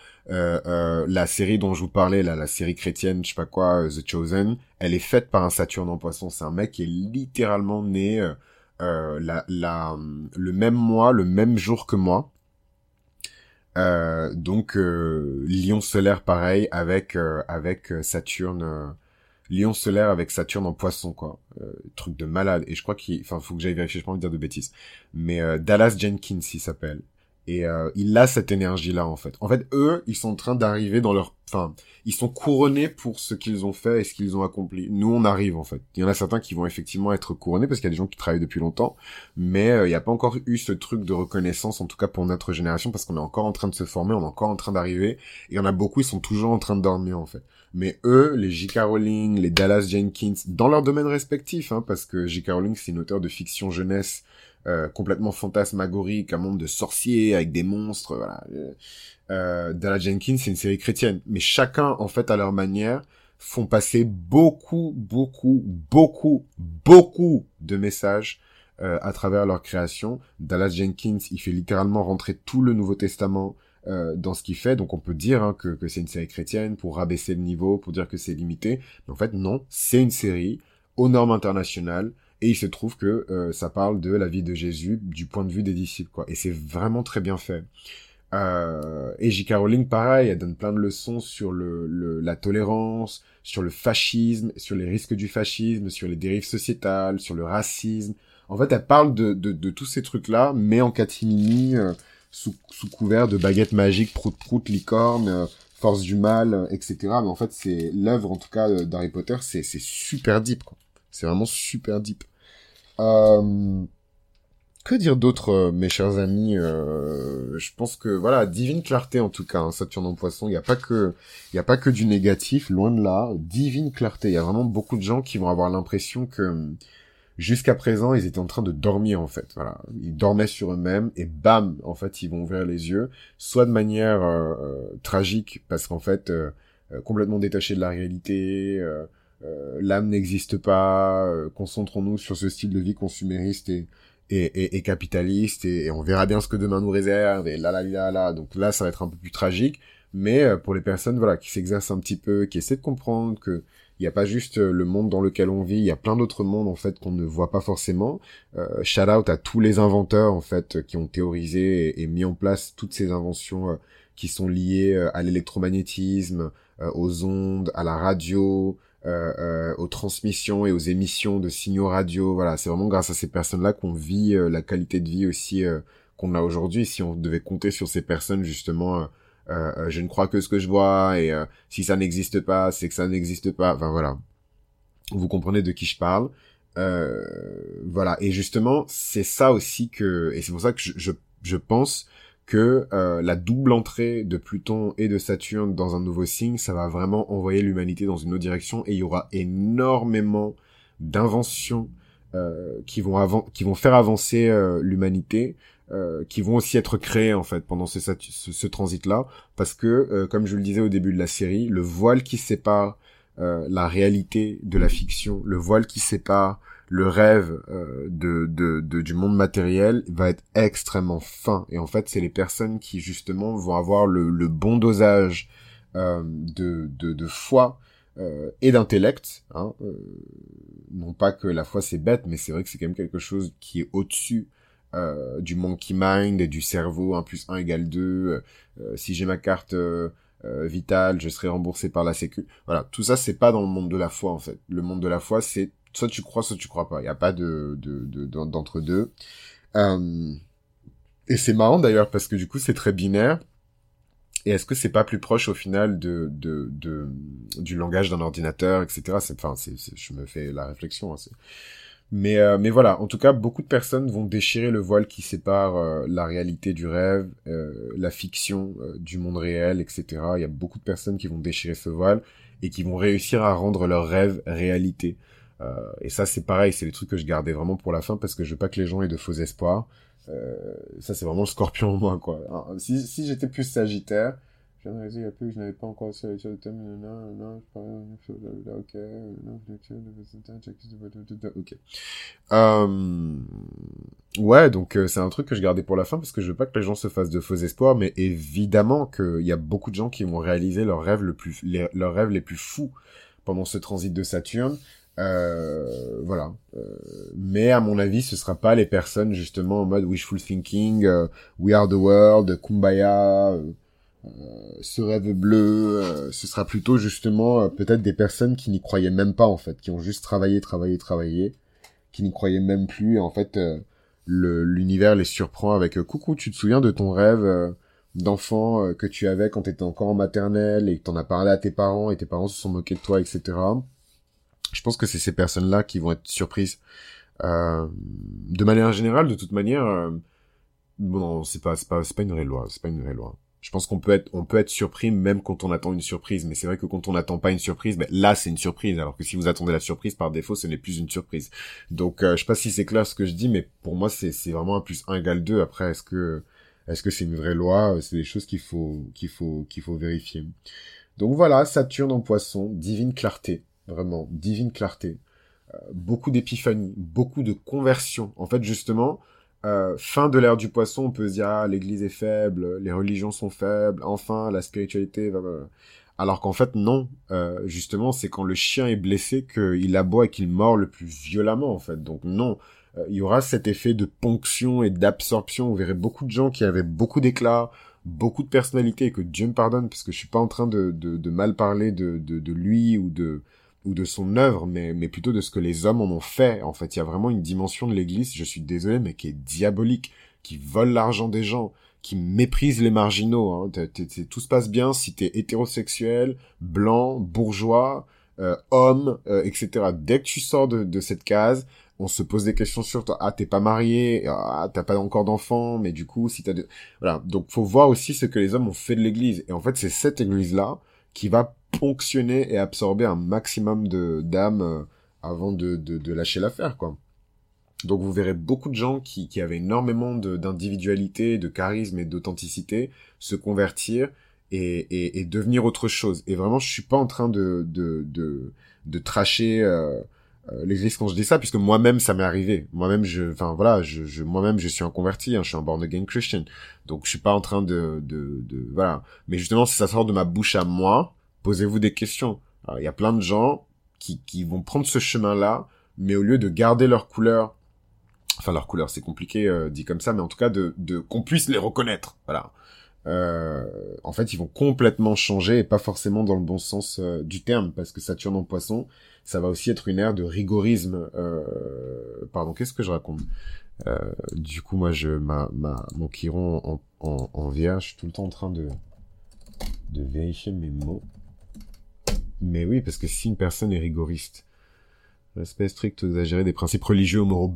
Speaker 1: la série dont je vous parlais, là, la série chrétienne, je sais pas quoi, The Chosen, elle est faite par un Saturne en Poisson. C'est un mec qui est littéralement né le même mois, le même jour que moi. Donc Lion solaire pareil avec Saturne. Lion solaire avec Saturne en Poisson, quoi. Truc de malade. Et je crois faut que j'aille vérifier, j'ai pas envie de dire de bêtises. Mais Dallas Jenkins, il s'appelle. Et il a cette énergie-là, en fait. En fait, eux, ils sont en train d'arriver dans leur... Enfin, ils sont couronnés pour ce qu'ils ont fait et ce qu'ils ont accompli. Nous, on arrive, en fait. Il y en a certains qui vont effectivement être couronnés parce qu'il y a des gens qui travaillent depuis longtemps. Mais il n'y a pas encore eu ce truc de reconnaissance, en tout cas pour notre génération, parce qu'on est encore en train de se former, on est encore en train d'arriver. Et il y en a beaucoup, ils sont toujours en train de dormir, en fait. Mais eux, les J.K. Rowling, les Dallas Jenkins, dans leur domaine respectif, hein, parce que J.K. Rowling, c'est une auteure de fiction jeunesse complètement fantasmagorique, un monde de sorciers avec des monstres, voilà. Dallas Jenkins, c'est une série chrétienne, mais chacun, en fait, à leur manière, font passer beaucoup de messages à travers leur création. Dallas Jenkins, il fait littéralement rentrer tout le Nouveau Testament dans ce qu'il fait, donc on peut dire hein, que c'est une série chrétienne pour rabaisser le niveau, pour dire que c'est limité, mais en fait non, c'est une série aux normes internationales. Et il se trouve que ça parle de la vie de Jésus du point de vue des disciples, quoi. Et c'est vraiment très bien fait. Et J.K. Rowling, pareil, elle donne plein de leçons sur la tolérance, sur le fascisme, sur les risques du fascisme, sur les dérives sociétales, sur le racisme. En fait, elle parle de tous ces trucs-là, mais en catimini, sous couvert de baguettes magiques, prout-prout, licorne, force du mal, etc. Mais en fait, c'est l'œuvre, en tout cas, d'Harry Potter, c'est super deep, quoi. C'est vraiment super deep. Que dire d'autre, mes chers amis? Je pense que voilà, divine clarté en tout cas, hein, Saturne en Poisson. Il y a pas que du négatif, loin de là. Divine clarté. Il y a vraiment beaucoup de gens qui vont avoir l'impression que jusqu'à présent, ils étaient en train de dormir en fait. Voilà, ils dormaient sur eux-mêmes et bam, en fait, ils vont ouvrir les yeux, soit de manière tragique parce qu'en fait, complètement détachés de la réalité. L'âme n'existe pas. Concentrons-nous sur ce style de vie consumériste et capitaliste et on verra bien ce que demain nous réserve et là. Donc là, ça va être un peu plus tragique. Mais pour les personnes voilà qui s'exercent un petit peu, qui essaient de comprendre que il y a pas juste le monde dans lequel on vit, il y a plein d'autres mondes en fait qu'on ne voit pas forcément. Shout out à tous les inventeurs en fait qui ont théorisé et mis en place toutes ces inventions qui sont liées à l'électromagnétisme, aux ondes, à la radio, aux transmissions et aux émissions de signaux radio. Voilà, c'est vraiment grâce à ces personnes-là qu'on vit la qualité de vie aussi qu'on a aujourd'hui. Si on devait compter sur ces personnes justement, je ne crois que ce que je vois et si ça n'existe pas, c'est que ça n'existe pas. Enfin voilà, vous comprenez de qui je parle. Voilà, et justement, c'est ça aussi et c'est pour ça que je pense que la double entrée de Pluton et de Saturne dans un nouveau signe, ça va vraiment envoyer l'humanité dans une autre direction et il y aura énormément d'inventions qui vont faire avancer l'humanité, qui vont aussi être créées en fait pendant ce transit-là, parce que comme je le disais au début de la série, le voile qui sépare la réalité de la fiction, le voile qui sépare le rêve du monde matériel va être extrêmement fin. Et en fait, c'est les personnes qui, justement, vont avoir le bon dosage de foi et d'intellect. Hein, non pas que la foi, c'est bête, mais c'est vrai que c'est quand même quelque chose qui est au-dessus du monkey mind et du cerveau 1 + 1 = 2. Si j'ai ma carte vitale, je serai remboursé par la sécu. Voilà, tout ça, c'est pas dans le monde de la foi, en fait. Le monde de la foi, c'est soit tu crois pas. Il y a pas d'entre-deux. Et c'est marrant d'ailleurs parce que du coup c'est très binaire. Et est-ce que c'est pas plus proche au final du langage d'un ordinateur, etc. Je me fais la réflexion. Hein, mais voilà, en tout cas, beaucoup de personnes vont déchirer le voile qui sépare la réalité du rêve, la fiction du monde réel, etc. Il y a beaucoup de personnes qui vont déchirer ce voile et qui vont réussir à rendre leur rêve réalité. Et ça, c'est pareil, c'est les trucs que je gardais vraiment pour la fin parce que je veux pas que les gens aient de faux espoirs. Ça, c'est vraiment le scorpion en moi, quoi. Alors, si j'étais plus sagittaire, je viens de réaliser il y a peu que je n'avais pas encore sur le thème, non, je parlais, ok. Ouais, donc c'est un truc que je gardais pour la fin parce que je veux pas que les gens se fassent de faux espoirs, mais évidemment qu'il y a beaucoup de gens qui vont réaliser leurs rêves leurs rêves les plus fous pendant ce transit de Saturne. Voilà. Mais à mon avis, ce sera pas les personnes justement en mode wishful thinking, we are the world, kumbaya, ce rêve bleu. Ce sera plutôt justement peut-être des personnes qui n'y croyaient même pas en fait, qui ont juste travaillé, qui n'y croyaient même plus. Et en fait, l'univers les surprend avec coucou, tu te souviens de ton rêve d'enfant que tu avais quand t'étais encore en maternelle et que t'en as parlé à tes parents et tes parents se sont moqués de toi, etc. Je pense que c'est ces personnes-là qui vont être surprises. De manière générale, de toute manière, bon, non, c'est pas une vraie loi. C'est pas une vraie loi. Je pense on peut être surpris même quand on attend une surprise. Mais c'est vrai que quand on n'attend pas une surprise, ben là, c'est une surprise. Alors que si vous attendez la surprise, par défaut, ce n'est plus une surprise. Donc, je sais pas si c'est clair ce que je dis, mais pour moi, c'est vraiment 1 + 1 = 2. Après, est-ce que c'est une vraie loi? C'est des choses qu'il faut vérifier. Donc voilà, Saturne en Poisson, divine clarté. Vraiment, divine clarté. Beaucoup d'épiphanie, beaucoup de conversion. En fait, justement, fin de l'ère du Poisson, on peut se dire, ah, l'église est faible, les religions sont faibles, enfin, la spiritualité va... Alors qu'en fait, non. Justement, c'est quand le chien est blessé qu'il aboie et qu'il mord le plus violemment, en fait. Donc non, il y aura cet effet de ponction et d'absorption. Vous verrez beaucoup de gens qui avaient beaucoup d'éclat, beaucoup de personnalité, et que Dieu me pardonne, parce que je suis pas en train de mal parler de lui ou de son œuvre, mais plutôt de ce que les hommes en ont fait. En fait, il y a vraiment une dimension de l'église, je suis désolé, mais qui est diabolique, qui vole l'argent des gens, qui méprise les marginaux, hein. Tout se passe bien si t'es hétérosexuel, blanc, bourgeois, homme, etc. Dès que tu sors de cette case, on se pose des questions sur toi. Ah, t'es pas marié, ah, t'as pas encore d'enfant, mais du coup, si voilà. Donc, faut voir aussi ce que les hommes ont fait de l'église. Et en fait, c'est cette église-là qui va ponctionner et absorber un maximum d'âmes avant de lâcher l'affaire, quoi. Donc vous verrez beaucoup de gens qui avaient énormément d'individualité, de charisme et d'authenticité se convertir et devenir autre chose. Et vraiment, je suis pas en train de tracher l'église quand je dis ça, puisque moi-même ça m'est arrivé. Moi-même, enfin voilà, moi-même je suis un converti, hein, je suis un born again Christian. Donc je suis pas en train voilà. Mais justement, si ça sort de ma bouche à moi, posez-vous des questions. Alors, il y a plein de gens qui vont prendre ce chemin-là, mais au lieu de garder leur couleur, enfin leur couleur, c'est compliqué dit comme ça, mais en tout cas de qu'on puisse les reconnaître, voilà. En fait, ils vont complètement changer et pas forcément dans le bon sens du terme, parce que Saturne en Poisson, ça va aussi être une ère de rigorisme. Pardon, qu'est-ce que je raconte? Du coup, moi, mon Chiron en Vierge, je suis tout le temps en train de vérifier mes mots. Mais oui, parce que si une personne est rigoriste, respect strict exagéré des principes religieux ou moraux,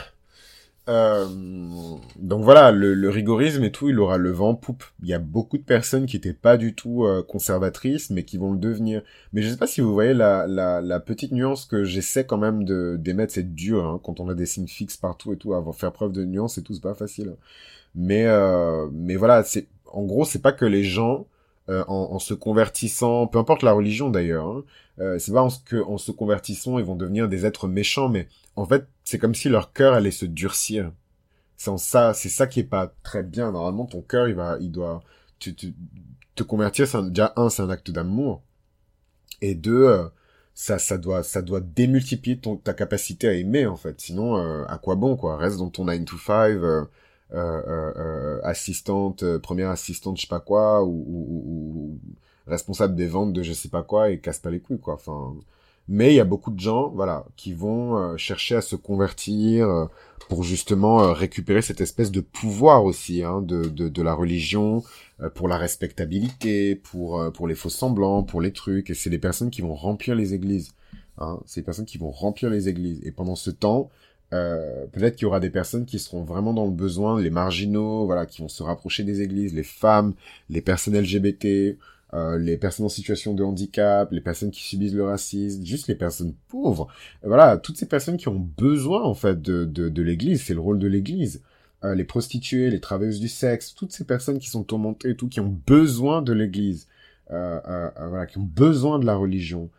Speaker 1: donc voilà, le rigorisme et tout, il aura le vent en poupe. Il y a beaucoup de personnes qui étaient pas du tout conservatrices, mais qui vont le devenir. Mais je sais pas si vous voyez la petite nuance que j'essaie quand même d'émettre. C'est dur, hein, quand on a des signes fixes partout et tout, avoir faire preuve de nuance et tout, c'est pas facile. Mais voilà, en gros, c'est pas que les gens en se convertissant, peu importe la religion d'ailleurs, hein, c'est pas en se convertissant ils vont devenir des êtres méchants, mais en fait c'est comme si leur cœur allait se durcir. C'est ça qui est pas très bien. Normalement ton cœur il doit te convertir, déjà c'est un acte d'amour, et deux, ça doit démultiplier ta capacité à aimer, en fait. Sinon, à quoi bon, quoi? Reste dans ton 9 to 5, assistante, première assistante, je sais pas quoi, ou responsable des ventes de je sais pas quoi, et casse pas les couilles, quoi. Enfin, mais il y a beaucoup de gens, voilà, qui vont chercher à se convertir pour justement récupérer cette espèce de pouvoir aussi, hein, de la religion, pour la respectabilité, pour les faux semblants, pour les trucs. Et c'est des personnes qui vont remplir les églises. Hein, c'est des personnes qui vont remplir les églises. Et pendant ce temps, peut-être qu'il y aura des personnes qui seront vraiment dans le besoin, les marginaux, voilà, qui vont se rapprocher des églises, les femmes, les personnes LGBT, les personnes en situation de handicap, les personnes qui subissent le racisme, juste les personnes pauvres. Voilà, toutes ces personnes qui ont besoin, en fait, de l'église, c'est le rôle de l'église. Les prostituées, les travailleuses du sexe, toutes ces personnes qui sont tourmentées et tout, qui ont besoin de l'église, voilà, qui ont besoin de la religion,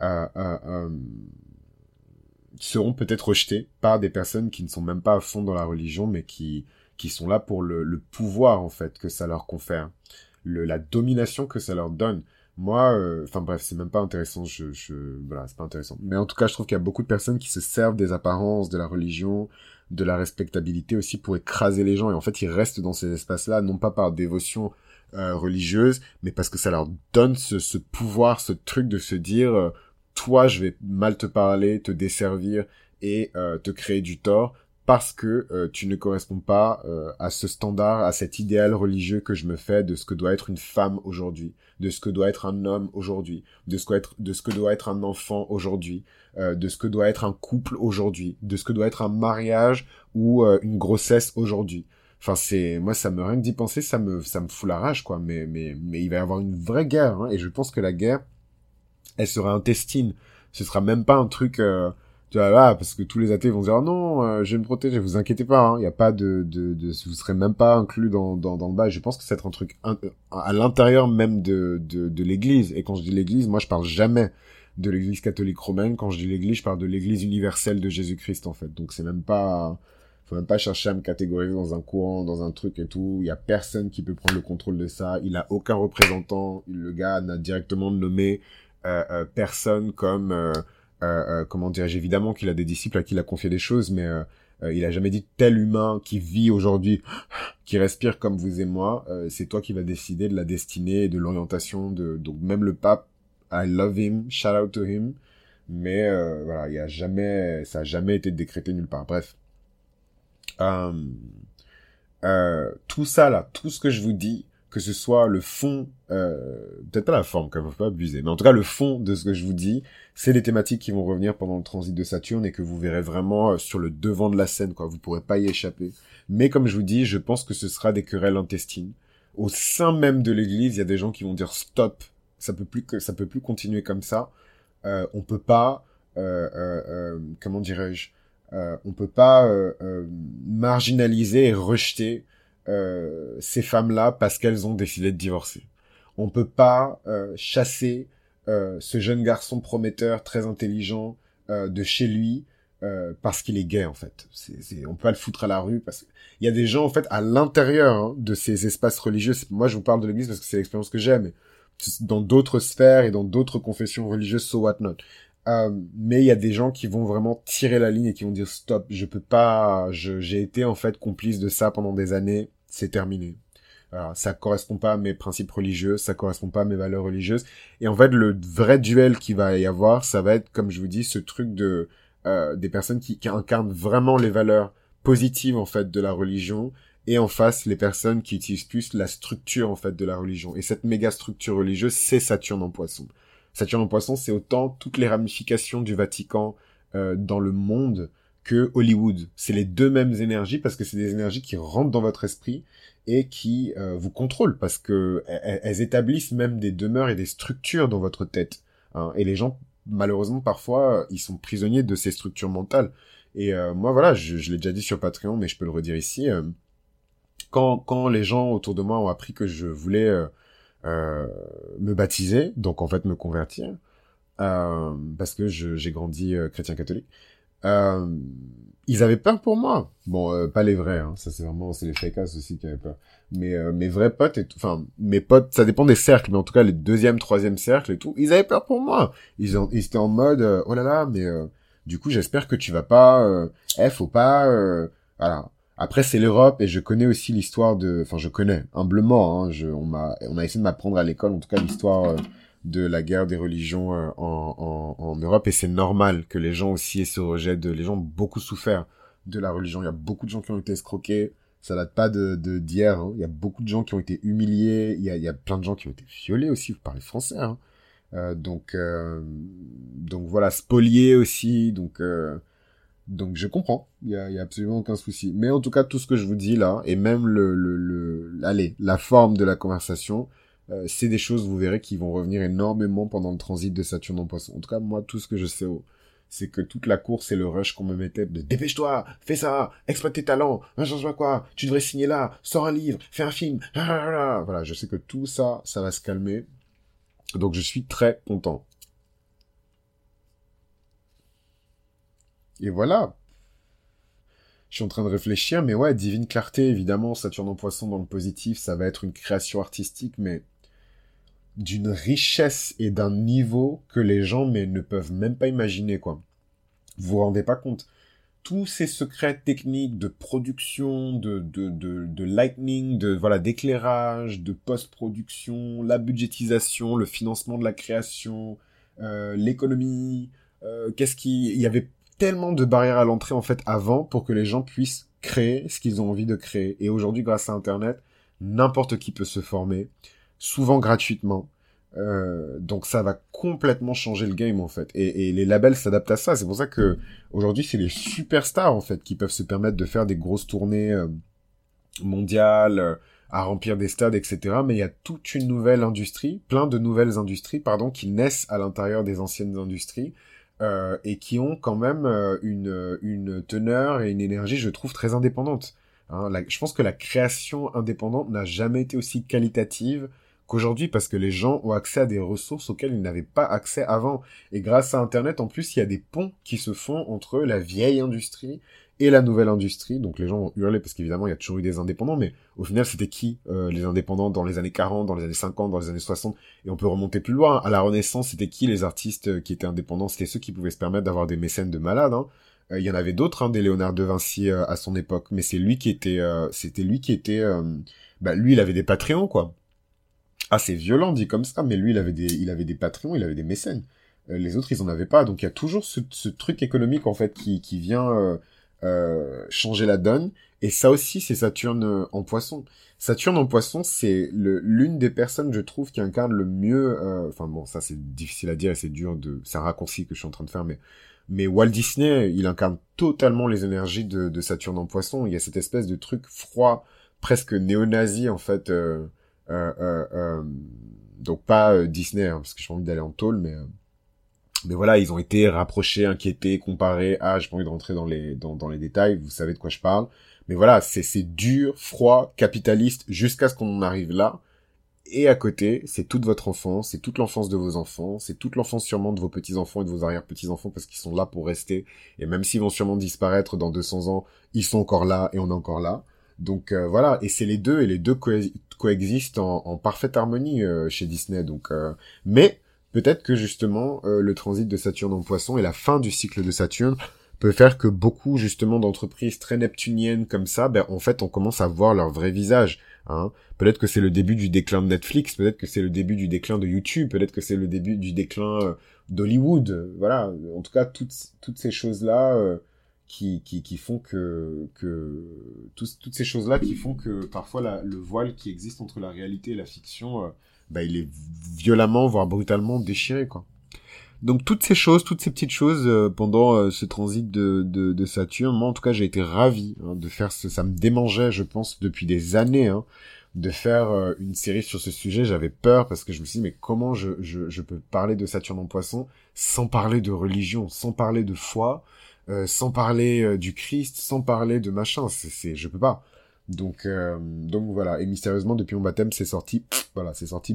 Speaker 1: seront peut-être rejetées par des personnes qui ne sont même pas à fond dans la religion, mais qui sont là pour le pouvoir, en fait, que ça leur confère. La domination que ça leur donne. Moi, enfin bref, c'est même pas intéressant, voilà, c'est pas intéressant. Mais en tout cas, je trouve qu'il y a beaucoup de personnes qui se servent des apparences, de la religion, de la respectabilité aussi pour écraser les gens. Et en fait, ils restent dans ces espaces-là, non pas par dévotion religieuse, mais parce que ça leur donne ce pouvoir, ce truc de se dire, toi, je vais mal te parler, te desservir et te créer du tort, parce que tu ne corresponds pas à ce standard, à cet idéal religieux que je me fais de ce que doit être une femme aujourd'hui, de ce que doit être un homme aujourd'hui, de ce que doit être un enfant aujourd'hui, de ce que doit être un couple aujourd'hui, de ce que doit être un mariage ou une grossesse aujourd'hui. Enfin, moi, ça me, rien que d'y penser, ça me fout la rage, quoi. Mais il va y avoir une vraie guerre, hein, et je pense que la guerre, elle sera intestine. Ce sera même pas un truc, tu vois, là, parce que tous les athées vont dire, oh non, je vais me protéger, vous inquiétez pas, hein, il y a pas vous serez même pas inclus dans le bas. Je pense que c'est un truc à l'intérieur même de l'église. Et quand je dis l'église, moi, je parle jamais de l'église catholique romaine. Quand je dis l'église, je parle de l'église universelle de Jésus-Christ, en fait. Donc c'est même pas, faut même pas chercher à me catégoriser dans un courant, dans un truc et tout. Il y a personne qui peut prendre le contrôle de ça. Il a aucun représentant. Le gars n'a directement nommé personne comme comment dirais-je, évidemment qu'il a des disciples à qui il a confié des choses, mais Il a jamais dit tel humain qui vit aujourd'hui, qui respire comme vous et moi, c'est toi qui vas décider de la destinée et de l'orientation de, donc même le pape, I love him, shout out to him, mais voilà, ça a jamais été décrété nulle part. Bref. Euh, tout ça là, tout ce que je vous dis, que ce soit le fond, peut-être pas la forme, quand même, faut pas abuser, mais en tout cas le fond de ce que je vous dis, c'est les thématiques qui vont revenir pendant le transit de Saturne et que vous verrez vraiment sur le devant de la scène, quoi. Vous pourrez pas y échapper. Mais comme je vous dis, je pense que ce sera des querelles intestines. Au sein même de l'Église, il y a des gens qui vont dire stop, ça peut plus continuer comme ça. On peut pas, comment dirais-je, on peut pas marginaliser et rejeter ces femmes-là parce qu'elles ont décidé de divorcer. On peut pas chasser ce jeune garçon prometteur, très intelligent, de chez lui parce qu'il est gay en fait. On peut pas le foutre à la rue parce qu'il y a des gens en fait à l'intérieur de ces espaces religieux. Moi, je vous parle de l'Église parce que c'est l'expérience que j'ai, mais dans d'autres sphères et dans d'autres confessions religieuses, so what not. Mais il y a des gens qui vont vraiment tirer la ligne et qui vont dire stop, je peux pas, j'ai été en fait complice de ça pendant des années, c'est terminé. Alors, ça correspond pas à mes principes religieux, ça correspond pas à mes valeurs religieuses. Et en fait, le vrai duel qu'il va y avoir, ça va être, comme je vous dis, ce truc de des personnes qui incarnent vraiment les valeurs positives en fait de la religion, et en face les personnes qui utilisent plus la structure en fait de la religion. Et cette méga structure religieuse, c'est Saturne en Poisson. Saturne en Poisson, c'est autant toutes les ramifications du Vatican dans le monde que Hollywood. C'est les deux mêmes énergies parce que c'est des énergies qui rentrent dans votre esprit et qui vous contrôlent parce que elles établissent même des demeures et des structures dans votre tête. Hein. Et les gens, malheureusement, parfois, ils sont prisonniers de ces structures mentales. Et moi, voilà, je l'ai déjà dit sur Patreon, mais je peux le redire ici. Quand les gens autour de moi ont appris que je voulais me baptiser, donc en fait me convertir, parce que j'ai grandi chrétien catholique, euh, ils avaient peur pour moi. Bon, pas les vrais, hein, ça c'est les fakasses aussi qui avaient peur. Mais mes vrais potes enfin mes potes, ça dépend des cercles, mais en tout cas les deuxième, troisième cercles et tout, ils avaient peur pour moi. Ils étaient en mode oh là là, mais du coup j'espère que tu vas pas, faut pas, voilà. Après, c'est l'Europe et je connais aussi l'histoire enfin, je connais, humblement, hein, on a essayé de m'apprendre à l'école, en tout cas, l'histoire de la guerre des religions en Europe et c'est normal que les gens aussi aient ce rejet les gens ont beaucoup souffert de la religion. Il y a beaucoup de gens qui ont été escroqués. Ça date pas d'hier, hein. Il y a beaucoup de gens qui ont été humiliés. Il y a plein de gens qui ont été violés aussi. Vous parlez français, hein. Donc voilà, spoliés aussi. Donc je comprends, il y a absolument aucun souci. Mais en tout cas, tout ce que je vous dis là, et même allez, la forme de la conversation, c'est des choses, vous verrez, qui vont revenir énormément pendant le transit de Saturne en Poisson. En tout cas, moi, tout ce que je sais, c'est que toute la course et le rush qu'on me mettait de dépêche-toi, fais ça, exploite tes talents, ne change pas quoi, tu devrais signer là, sors un livre, fais un film, voilà, je sais que tout ça, ça va se calmer. Donc je suis très content. Et voilà. Je suis en train de réfléchir, mais ouais, divine clarté, évidemment, Saturne en Poisson dans le positif, ça va être une création artistique, mais d'une richesse et d'un niveau que les gens ne peuvent même pas imaginer, quoi. Vous vous rendez pas compte. Tous ces secrets techniques de production, de lightning, voilà, d'éclairage, de post-production, la budgétisation, le financement de la création, l'économie, il y avait tellement de barrières à l'entrée, en fait, avant, pour que les gens puissent créer ce qu'ils ont envie de créer. Et aujourd'hui, grâce à Internet, n'importe qui peut se former, souvent gratuitement. Donc ça va complètement changer le game, en fait. Et les labels s'adaptent à ça. C'est pour ça que aujourd'hui, c'est les superstars, en fait, qui peuvent se permettre de faire des grosses tournées mondiales, à remplir des stades, etc. Mais il y a toute une nouvelle industrie, plein de nouvelles industries, pardon, qui naissent à l'intérieur des anciennes industries, et qui ont quand même une teneur et une énergie, je trouve, très indépendante. Hein, je pense que la création indépendante n'a jamais été aussi qualitative qu'aujourd'hui, parce que les gens ont accès à des ressources auxquelles ils n'avaient pas accès avant. Et grâce à Internet, en plus, il y a des ponts qui se font entre la vieille industrie et la nouvelle industrie. Donc les gens vont hurler parce qu'évidemment, il y a toujours eu des indépendants, mais au final, c'était qui les indépendants dans les années 40, dans les années 50, dans les années 60? Et on peut remonter plus loin. À la Renaissance, c'était qui les artistes qui étaient indépendants? C'était ceux qui pouvaient se permettre d'avoir des mécènes de malades, hein. Il y en avait d'autres, hein, des Léonard de Vinci à son époque, mais c'était lui qui était, lui, il avait des Patreons, quoi. Ah, c'est violent dit comme ça, mais lui, il avait des Patreons, il avait des mécènes. Les autres, ils en avaient pas. Donc, il y a toujours ce truc économique, en fait, qui vient changer la donne. Et ça aussi, c'est Saturne en Poisson. Saturne en Poisson, c'est l'une des personnes, je trouve, qui incarne le mieux... Enfin, bon, ça, c'est difficile à dire et c'est dur de... C'est un raccourci que je suis en train de faire, mais Walt Disney, il incarne totalement les énergies de Saturne en Poisson. Il y a cette espèce de truc froid, presque néo-nazi, en fait... Euh, euh, euh, donc pas Disney, hein, parce que j'ai pas envie d'aller en tôle, mais voilà, ils ont été rapprochés, inquiétés, comparés. Ah, j'ai pas envie de rentrer dans les détails, vous savez de quoi je parle. Mais voilà, c'est dur, froid, capitaliste, jusqu'à ce qu'on en arrive là. Et à côté, c'est toute votre enfance, c'est toute l'enfance de vos enfants, c'est toute l'enfance sûrement de vos petits-enfants et de vos arrière-petits-enfants parce qu'ils sont là pour rester. Et même s'ils vont sûrement disparaître dans 200 ans, ils sont encore là et on est encore là. Donc voilà, et c'est les deux, et les deux coexistent en parfaite harmonie chez Disney. Donc, mais peut-être que justement, le transit de Saturne en Poisson et la fin du cycle de Saturne peut faire que beaucoup justement d'entreprises très neptuniennes comme ça, en fait, on commence à voir leur vrai visage. Hein. Peut-être que c'est le début du déclin de Netflix, peut-être que c'est le début du déclin de YouTube, peut-être que c'est le début du déclin d'Hollywood. Voilà, en tout cas, toutes ces choses-là qui font toutes ces choses-là qui font que parfois le voile qui existe entre la réalité et la fiction, il est violemment, voire brutalement déchiré, quoi. Donc toutes ces petites choses pendant ce transit de Saturne, moi en tout cas j'ai été ravi de faire ça me démangeait je pense depuis des années de faire une série sur ce sujet. J'avais peur parce que je me suis dit mais comment je peux parler de Saturne en Poisson sans parler de religion, sans parler de foi, sans parler du Christ, sans parler de machin, je peux pas. Donc voilà, et mystérieusement depuis mon baptême c'est sorti, voilà, c'est sorti,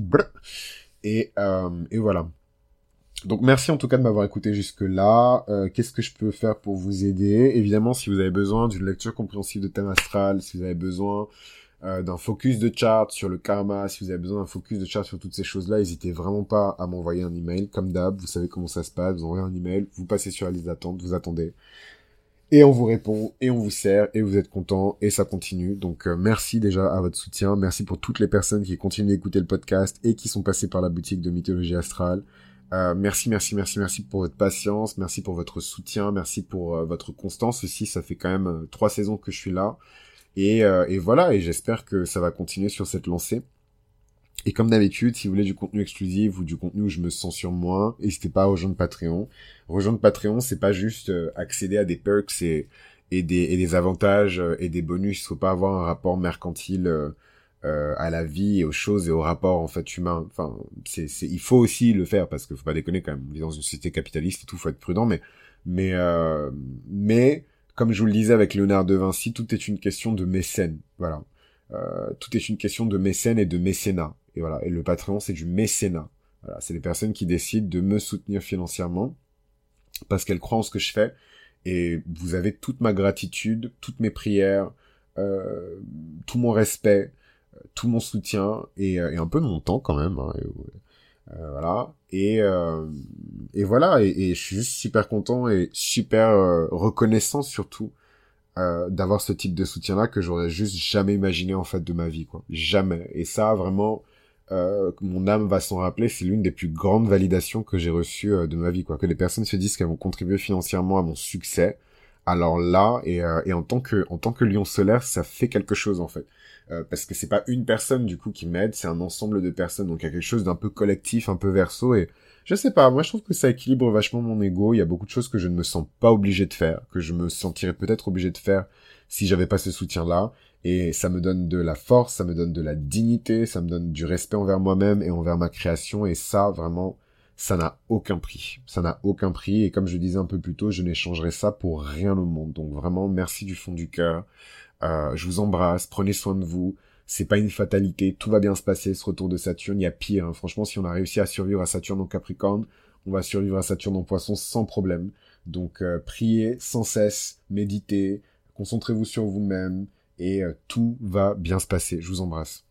Speaker 1: et voilà. Donc merci en tout cas de m'avoir écouté jusque-là. Qu'est-ce que je peux faire pour vous aider? Évidemment, si vous avez besoin d'une lecture compréhensive de thème astral, si vous avez besoin d'un focus de chart sur le karma, si vous avez besoin d'un focus de chart sur toutes ces choses-là, n'hésitez vraiment pas à m'envoyer un email. Comme d'hab, vous savez comment ça se passe, vous envoyez un email, vous passez sur la liste d'attente, vous attendez. Et on vous répond, et on vous sert, et vous êtes content, et ça continue. Donc merci déjà à votre soutien, merci pour toutes les personnes qui continuent d'écouter le podcast et qui sont passées par la boutique de Mythologie Astrale. Merci pour votre patience, merci pour votre soutien, merci pour votre constance aussi. Ça fait quand même 3 saisons que je suis là. Et voilà, et j'espère que ça va continuer sur cette lancée. Et comme d'habitude, si vous voulez du contenu exclusif ou du contenu où je me censure moins, n'hésitez pas à rejoindre Patreon. Rejoindre Patreon, c'est pas juste accéder à des perks et des avantages et des bonus. Il faut pas avoir un rapport mercantile à la vie et aux choses et aux rapports en fait humains. Enfin, il faut aussi le faire parce que faut pas déconner quand même. On vit dans une société capitaliste et tout, faut être prudent. Mais comme je vous le disais avec Léonard de Vinci, tout est une question de mécène. Voilà, tout est une question de mécène et de mécénat. Et voilà, et le Patreon c'est du mécénat. Voilà, c'est les personnes qui décident de me soutenir financièrement parce qu'elles croient en ce que je fais. Et vous avez toute ma gratitude, toutes mes prières, tout mon respect, tout mon soutien et un peu de mon temps quand même. Hein, voilà. Et voilà. Et je suis juste super content et super reconnaissant surtout d'avoir ce type de soutien-là que j'aurais juste jamais imaginé en fait de ma vie, quoi. Jamais. Et ça, vraiment, mon âme va s'en rappeler. C'est l'une des plus grandes validations que j'ai reçues de ma vie, quoi. Que les personnes se disent qu'elles vont contribuer financièrement à mon succès. Alors là, et en tant que lion solaire, ça fait quelque chose en fait. Parce que c'est pas une personne du coup qui m'aide, c'est un ensemble de personnes. Donc il y a quelque chose d'un peu collectif, un peu verso. Et je sais pas, moi je trouve que ça équilibre vachement mon ego. Il y a beaucoup de choses que je ne me sens pas obligé de faire, que je me sentirais peut-être obligé de faire si j'avais pas ce soutien-là. Et ça me donne de la force, ça me donne de la dignité, ça me donne du respect envers moi-même et envers ma création. Et ça, vraiment, ça n'a aucun prix. Ça n'a aucun prix. Et comme je disais un peu plus tôt, je n'échangerai ça pour rien au monde. Donc vraiment, merci du fond du cœur. Je vous embrasse. Prenez soin de vous. C'est pas une fatalité. Tout va bien se passer, ce retour de Saturne. Il y a pire. Hein. Franchement, si on a réussi à survivre à Saturne en Capricorne, on va survivre à Saturne en Poisson sans problème. Donc, priez sans cesse, méditez, concentrez-vous sur vous-même et tout va bien se passer. Je vous embrasse.